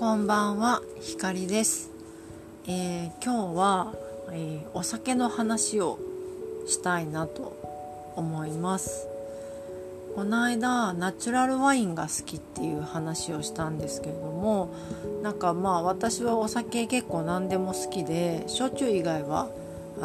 こんばんは、ひかりです。今日は、お酒の話をしたいなと思います。この間ナチュラルワインが好きっていう話をしたんですけれども、私はお酒結構何でも好きで、焼酎以外は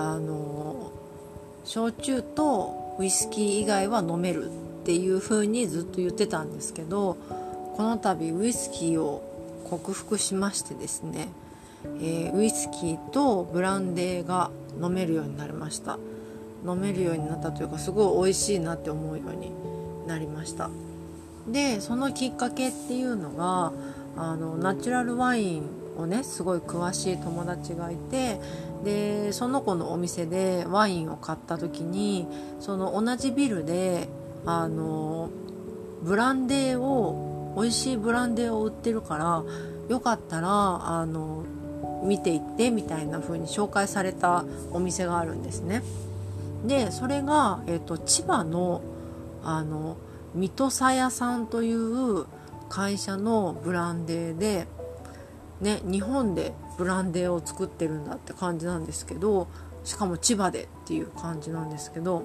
焼酎とウイスキー以外は飲めるっていう風にずっと言ってたんですけど、この度ウイスキーを克服しましてですね、ウイスキーとブランデーが飲めるようになりました。飲めるようになったというか、すごい美味しいなって思うようになりました。で、そのきっかけっていうのが、ナチュラルワインをね、すごい詳しい友達がいて、でその子のお店でワインを買った時に、その同じビルでブランデーを美味しいブランデーを売ってるから、よかったら見ていってみたいな風に紹介されたお店があるんですね。でそれが、千葉の水戸さやさんという会社のブランデーで、ね、日本でブランデーを作ってるんだって感じなんですけど、しかも千葉でっていう感じなんですけど、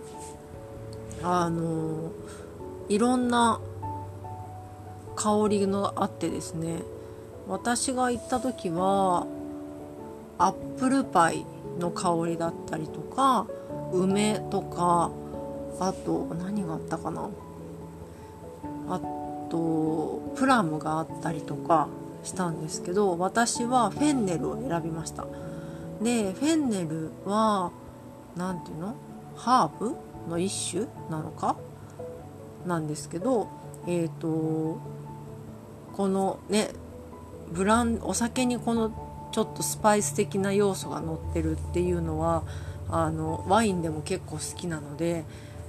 いろんな香りがあってですね、私が行った時はアップルパイの香りだったりとか、梅とか、あと何があったかな、あとプラムがあったりとかしたんですけど、私はフェンネルを選びました。でフェンネルはなんていうの、ハーブの一種なのかなんですけど、このね、お酒にこのちょっとスパイス的な要素が乗ってるっていうのはワインでも結構好きなので、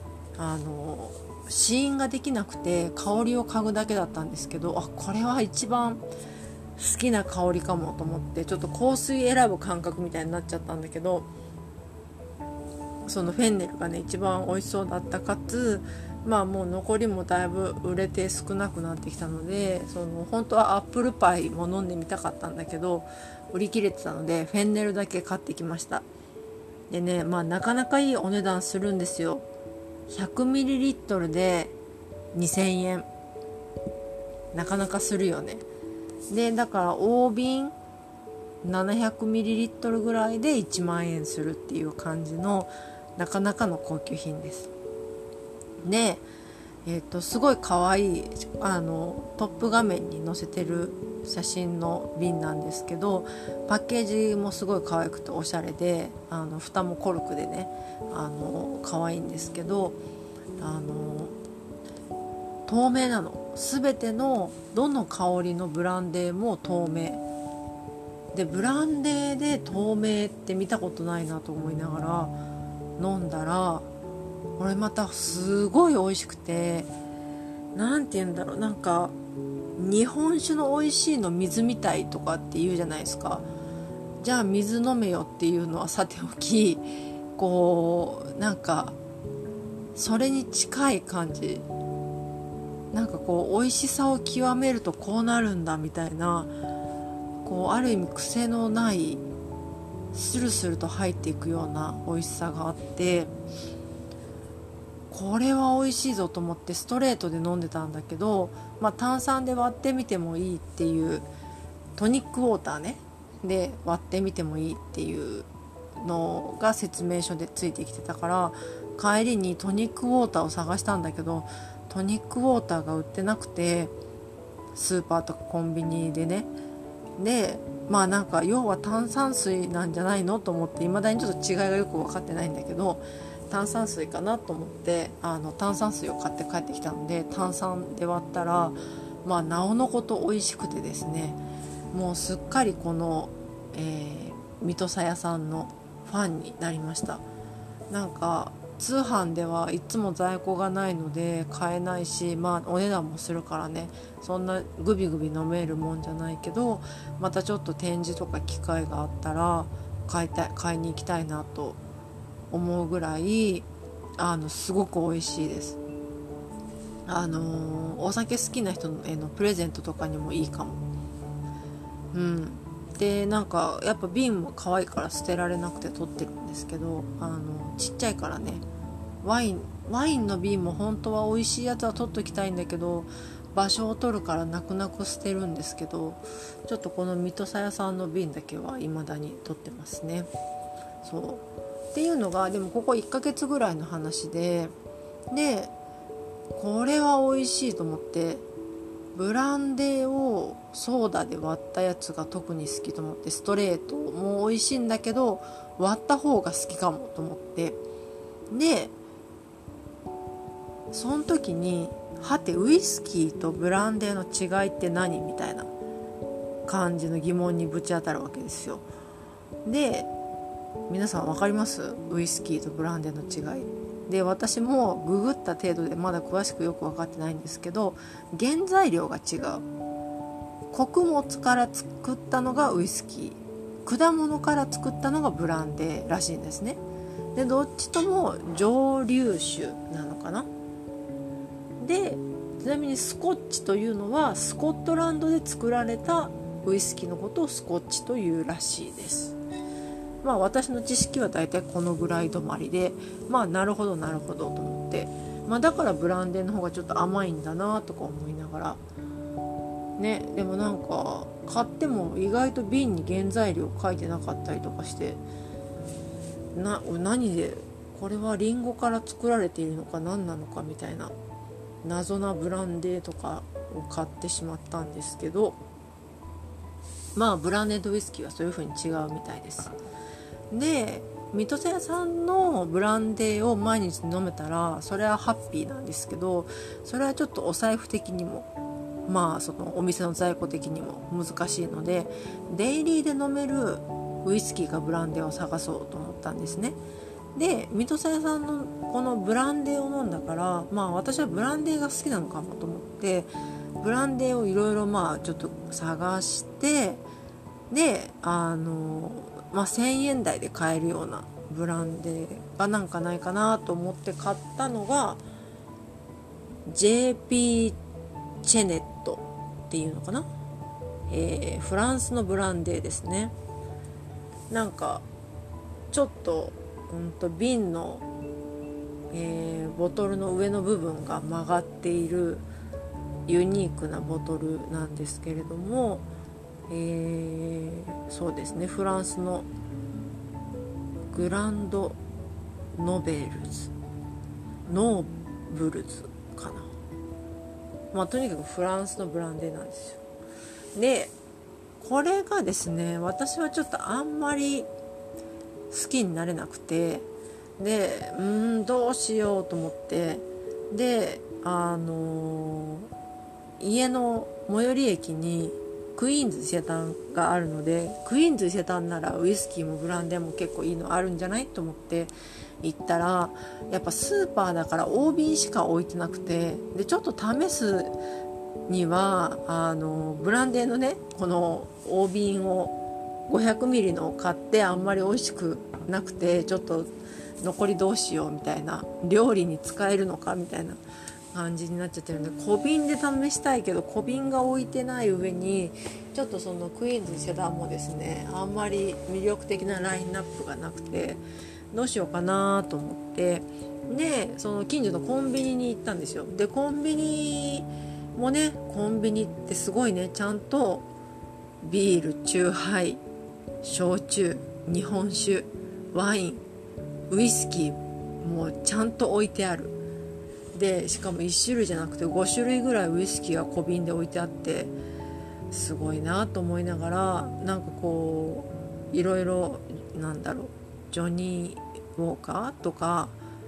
試飲ができなくて香りを嗅ぐだけだったんですけど、これは一番好きな香りかもと思って、ちょっと香水選ぶ感覚みたいになっちゃったんだけど、そのフェンネルがね一番美味しそうだったかつ、もう残りもだいぶ売れて少なくなってきたので、本当はアップルパイも飲んでみたかったんだけど売り切れてたので、フェンネルだけ買ってきました。でね、なかなかいいお値段するんですよ。 100ml で2000円、なかなかするよね。でだから大瓶 700ml ぐらいで1万円するっていう感じの、なかなかの高級品です。で、すごい可愛いトップ画面に載せてる写真の瓶なんですけど、パッケージもすごい可愛くておしゃれで、蓋もコルクでね可愛いんですけど、透明なの。全てのどの香りのブランデーも透明で、ブランデーで透明って見たことないなと思いながら飲んだら、これまたすごい美味しくて、なんて言うんだろう、なんか日本酒の美味しいの水みたいとかって言うじゃないですか。じゃあ水飲めよっていうのはさておき、なんかそれに近い感じ、なんか美味しさを極めるとこうなるんだみたいな、ある意味癖のないスルスルと入っていくような美味しさがあって、これは美味しいぞと思ってストレートで飲んでたんだけど、炭酸で割ってみてもいいっていう、トニックウォーターねで割ってみてもいいっていうのが説明書でついてきてたから、帰りにトニックウォーターを探したんだけど、トニックウォーターが売ってなくて、スーパーとかコンビニでね。でなんか要は炭酸水なんじゃないのと思って、未だにちょっと違いがよく分かってないんだけど、炭酸水かなと思って炭酸水を買って帰ってきたので、炭酸で割ったらなおのこと美味しくてですね、もうすっかりこの、水戸さやさんのファンになりました。なんか通販ではいつも在庫がないので買えないし、お値段もするからね、そんなグビグビ飲めるもんじゃないけど、またちょっと展示とか機会があったら買いに行きたいなと思うぐらいすごく美味しいです。お酒好きな人へのプレゼントとかにもいいかも。 でなんかやっぱ瓶も可愛いから捨てられなくて取ってるんですけど、ちっちゃいからね、ワインの瓶も本当は美味しいやつは取っときたいんだけど、場所を取るから泣く泣く捨てるんですけど、ちょっとこの水戸さやさんの瓶だけは未だに取ってますね。そうっていうのがでもここ1ヶ月ぐらいの話で、これは美味しいと思って、ブランデーをソーダで割ったやつが特に好きと思って、ストレートも美味しいんだけど割った方が好きかもと思って、でその時にはてウイスキーとブランデーの違いって何みたいな感じの疑問にぶち当たるわけですよ。で皆さん分かります？ウイスキーとブランデーの違いで、私もググった程度でまだ詳しくよく分かってないんですけど、原材料が違う。穀物から作ったのがウイスキー、果物から作ったのがブランデーらしいんですね。でどっちとも蒸留酒なのかな。でちなみにスコッチというのはスコットランドで作られたウイスキーのことをスコッチというらしいです。私の知識はだいたいこのぐらい止まりで、なるほどなるほどと思って、だからブランデーの方がちょっと甘いんだなとか思いながらね。でもなんか買っても意外と瓶に原材料書いてなかったりとかして、何でこれはリンゴから作られているのか何なのかみたいな謎なブランデーとかを買ってしまったんですけど、ブランデーとウイスキーはそういう風に違うみたいです。で水戸屋さんのブランデーを毎日飲めたらそれはハッピーなんですけど、それはちょっとお財布的にもそのお店の在庫的にも難しいので、デイリーで飲めるウイスキーかブランデーを探そうと思ったんですね。で水戸屋さんのこのブランデーを飲んだから、私はブランデーが好きなのかもと思って、ブランデーをいろいろちょっと探して、で1000円台で買えるようなブランデーがなんかないかなと思って買ったのが JP チェネットっていうのかな、フランスのブランデーですね。なんかちょっと、瓶の、ボトルの上の部分が曲がっているユニークなボトルなんですけれども、そうですね、フランスのグランドノーブルズかな。とにかくフランスのブランデーなんですよ。でこれがですね、私はちょっとあんまり好きになれなくて、でどうしようと思って、で家の最寄り駅にクイーンズ伊勢丹があるので、クイーンズ伊勢丹ならウイスキーもブランデーも結構いいのあるんじゃないと思って行ったら、やっぱスーパーだから大瓶しか置いてなくて、でちょっと試すにはブランデーのねこの大瓶を500ミリのを買って、あんまり美味しくなくてちょっと残りどうしようみたいな、料理に使えるのかみたいな感じになっちゃってるんで、小瓶で試したいけど小瓶が置いてない上にちょっとそのクイーンズ伊勢丹もですね、あんまり魅力的なラインナップがなくてどうしようかなと思って、でその近所のコンビニに行ったんですよ。でコンビニもね、コンビニってすごいね、ちゃんとビール、チューハイ、焼酎、日本酒、ワイン、ウイスキーもちゃんと置いてある。でしかも1種類じゃなくて5種類ぐらいウイスキーが小瓶で置いてあって、すごいなと思いながら、なんかこういろいろジョニー・ウォーカーとか、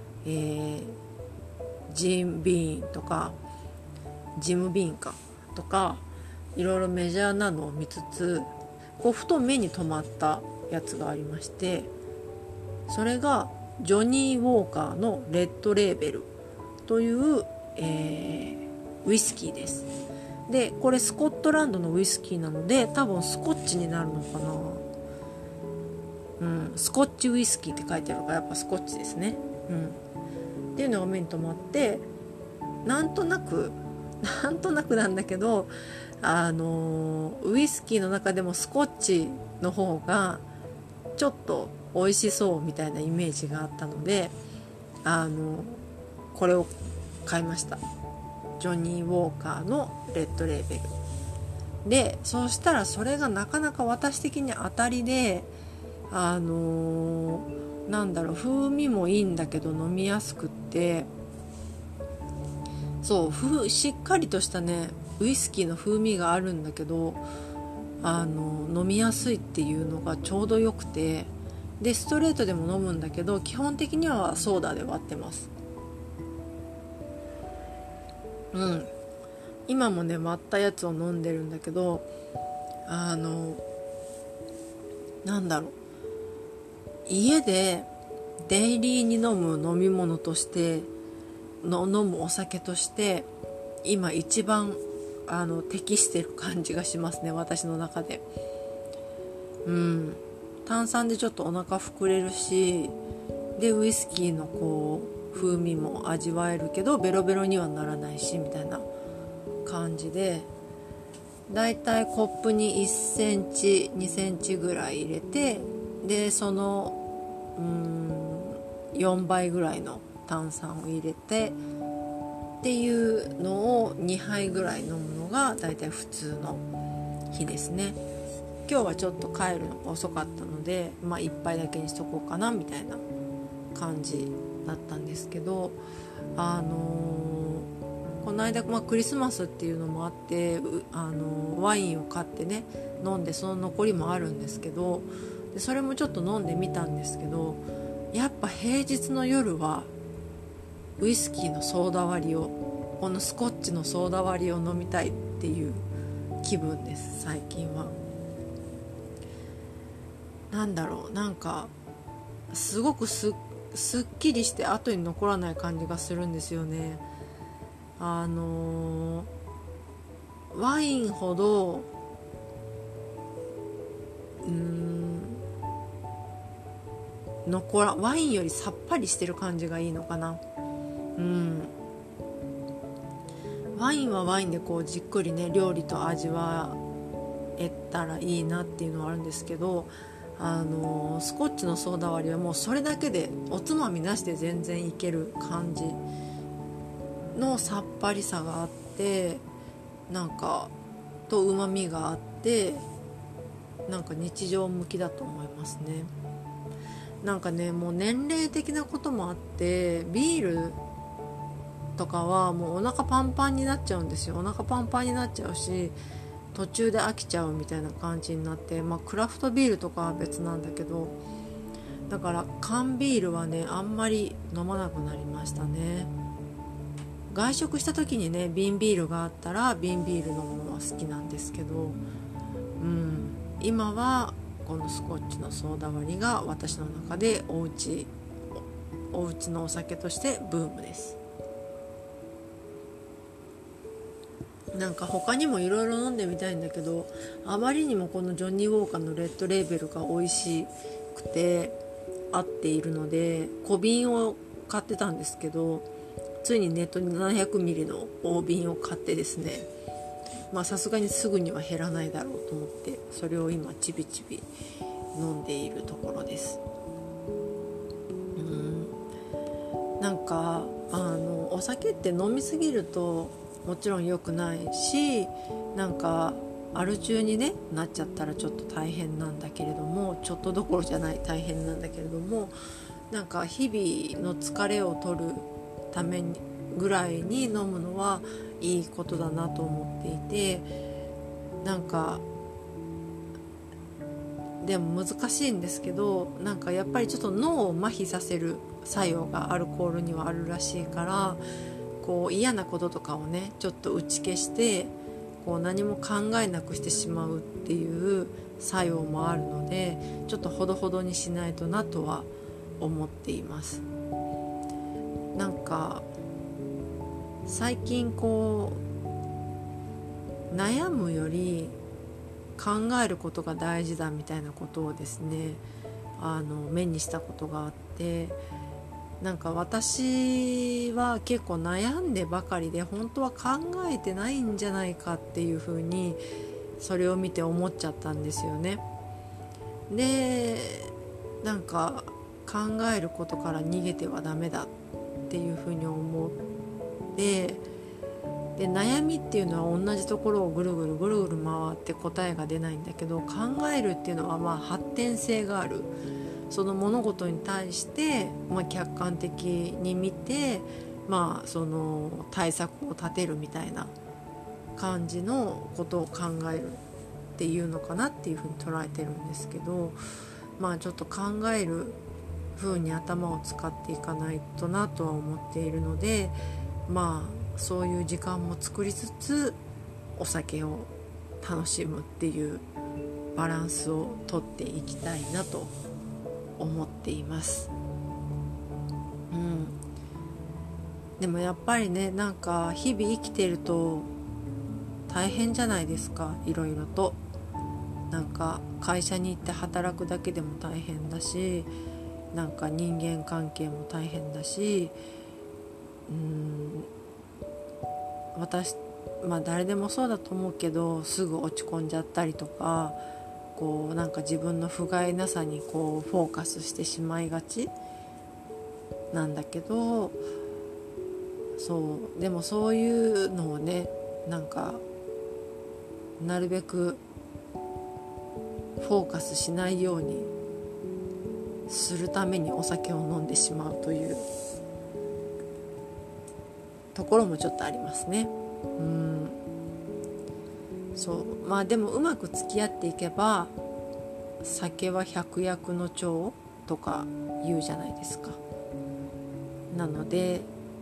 ジム・ビーンとかジム・ビーンかとかいろいろメジャーなのを見つつ、ふと目に留まったやつがありまして、それがジョニー・ウォーカーのレッドレーベルという、ウイスキーです。でこれスコットランドのウイスキーなので多分スコッチになるのかな、スコッチウイスキーって書いてあるからやっぱスコッチですね、っていうのが目に留まって、なんとなくなんだけどウイスキーの中でもスコッチの方がちょっと美味しそうみたいなイメージがあったので、これを買いました。ジョニー・ウォーカーのレッドレーベルで、そうしたらそれがなかなか私的に当たりで、なんだろう、風味もいいんだけど飲みやすくって、そうしっかりとしたねウイスキーの風味があるんだけど、飲みやすいっていうのがちょうどよくて、でストレートでも飲むんだけど基本的にはソーダで割ってます。今もね割ったやつを飲んでるんだけど、なんだろう、家でデイリーに飲む飲み物として飲むお酒として今一番適してる感じがしますね、私の中で。炭酸でちょっとお腹膨れるし、でウイスキーのこう風味も味わえるけどベロベロにはならないしみたいな感じで、だいたいコップに1センチ2センチぐらい入れて、でその4倍ぐらいの炭酸を入れてっていうのを2杯ぐらい飲むのがだいたい普通の日ですね。今日はちょっと帰るのが遅かったので、1杯だけにしとこうかなみたいな感じだったんですけど、この間、クリスマスっていうのもあってワインを買ってね飲んで、その残りもあるんですけど、でそれもちょっと飲んでみたんですけど、やっぱ平日の夜はウイスキーのソーダ割りを、このスコッチのソーダ割りを飲みたいっていう気分です最近は。なんだろう、なんかすごくすっきりして後に残らない感じがするんですよね。ワインほどワインよりさっぱりしてる感じがいいのかな。ワインはワインでこうじっくりね料理と味わえたらいいなっていうのはあるんですけど、スコッチのソーダ割りはもうそれだけでおつまみなしで全然いける感じのさっぱりさがあって、なんかと旨味があって、なんか日常向きだと思いますね。なんかね、もう年齢的なこともあってビールとかはもうお腹パンパンになっちゃうんですよ。お腹パンパンになっちゃうし、途中で飽きちゃうみたいな感じになって、クラフトビールとかは別なんだけど、だから缶ビールはねあんまり飲まなくなりましたね。外食した時にね瓶ビールがあったら瓶ビール飲むのは好きなんですけど、今はこのスコッチのソーダ割りが私の中でおうちのお酒としてブームです。なんか他にもいろいろ飲んでみたいんだけど、あまりにもこのジョニー・ウォーカーのレッドレーベルが美味しくて合っているので小瓶を買ってたんですけど、ついにネットに700ミリの大瓶を買ってですね、さすがにすぐには減らないだろうと思ってそれを今ちびちび飲んでいるところです。なんかお酒って飲みすぎるともちろん良くないし、なんかアル中に、ね、なっちゃったらちょっと大変なんだけれども、ちょっとどころじゃない大変なんだけれども、なんか日々の疲れを取るためにぐらいに飲むのはいいことだなと思っていて、なんかでも難しいんですけど、なんかやっぱりちょっと脳を麻痺させる作用がアルコールにはあるらしいから、こう嫌なこととかをねちょっと打ち消してこう何も考えなくしてしまうっていう作用もあるので、ちょっとほどほどにしないとなとは思っています。なんか最近こう悩むより考えることが大事だみたいなことをですね目にしたことがあって、 なんか私は結構悩んでばかりで本当は考えてないんじゃないかっていう風にそれを見て思っちゃったんですよね。でなんか考えることから逃げてはダメだっていう風に思って、で悩みっていうのは同じところをぐるぐるぐるぐる回って答えが出ないんだけど、考えるっていうのはまあ発展性がある、その物事に対して、客観的に見て、その対策を立てるみたいな感じのことを考えるっていうのかなっていうふうに捉えてるんですけど、ちょっと考える風に頭を使っていかないとなとは思っているので、そういう時間も作りつつお酒を楽しむっていうバランスをとっていきたいなと思っています。でもやっぱりね、なんか日々生きてると大変じゃないですか。いろいろとなんか会社に行って働くだけでも大変だし、なんか人間関係も大変だし、私誰でもそうだと思うけど、すぐ落ち込んじゃったりとか、なんか自分の不甲斐なさにフォーカスしてしまいがちなんだけど、でもそういうのをね、なんかなるべくフォーカスしないようにするためにお酒を飲んでしまうというところもちょっとありますね。でもうまく付き合っていけば、酒は百薬の長とか言うじゃないですか。なので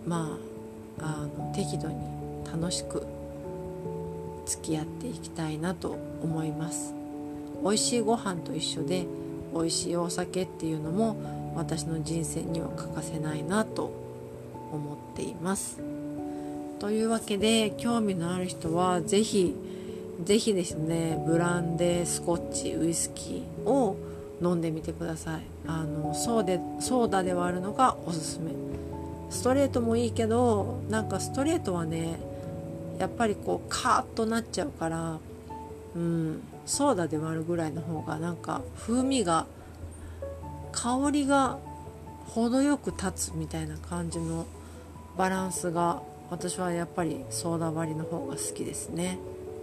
適度に楽しく付き合っていきたいなと思います。美味しいご飯と一緒で、美味しいお酒っていうのも私の人生には欠かせないなと思っています。というわけで、興味のある人はぜひですね、ブランデー、スコッチ、ウイスキーを飲んでみてください。ソーダで割るのがおすすめ。ストレートもいいけど、なんかストレートはね、やっぱりカーッとなっちゃうから、ソーダで割るぐらいの方がなんか風味が、香りが程よく立つみたいな感じのバランスが、私はやっぱりソーダ割りの方が好きですね。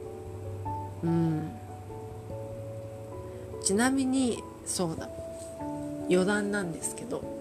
ちなみに余談なんですけど、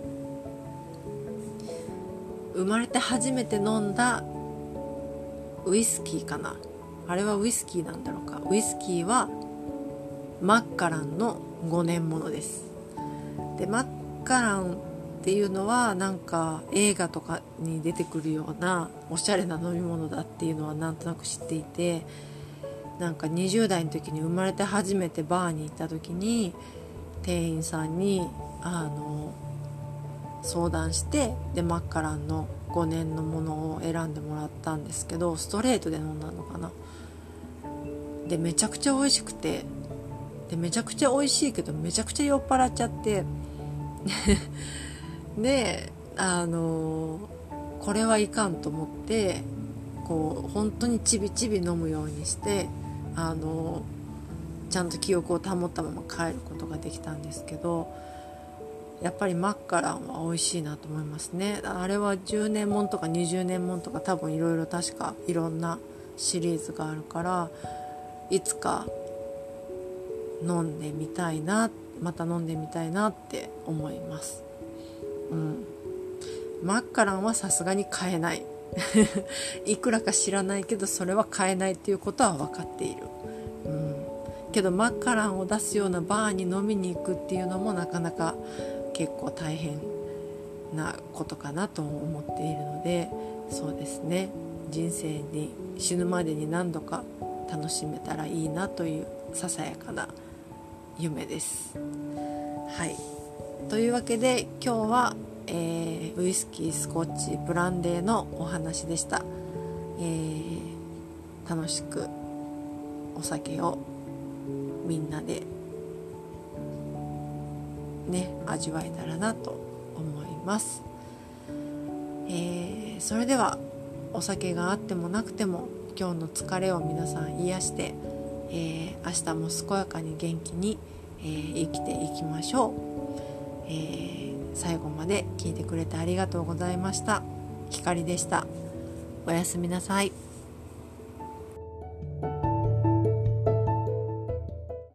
生まれて初めて飲んだウイスキーかな、あれはウイスキーなんだろうか、ウイスキーはマッカランの5年ものです。でマッカランっていうのはなんか映画とかに出てくるようなおしゃれな飲み物だっていうのはなんとなく知っていて、なんか20代の時に生まれて初めてバーに行った時に店員さんに相談して、でマッカランの5年のものを選んでもらったんですけど、ストレートで飲んだのかな。でめちゃくちゃ美味しくて、でめちゃくちゃ美味しいけどめちゃくちゃ酔っ払っちゃってでこれはいかんと思って、本当にちびちび飲むようにして、ちゃんと記憶を保ったまま帰ることができたんですけど、やっぱりマッカランは美味しいなと思いますね。あれは10年もんとか20年もんとか、多分いろいろ確かいろんなシリーズがあるから、いつか飲んでみたいな、また飲んでみたいなって思います。マッカランはさすがに買えないいくらか知らないけど、それは買えないっていうことは分かっている。けどマッカランを出すようなバーに飲みに行くっていうのもなかなか結構大変なことかなと思っているので、そうですね、人生に死ぬまでに何度か楽しめたらいいなというささやかな夢です。はい、というわけで今日は、ウイスキー、スコッチ、ブランデーのお話でした。楽しくお酒をみんなでね味わえたらなと思います。 それではお酒があってもなくても今日の疲れを皆さん癒して、明日も健やかに元気に、生きていきましょう。最後まで聞いてくれてありがとうございました。ひかりでした。おやすみなさい。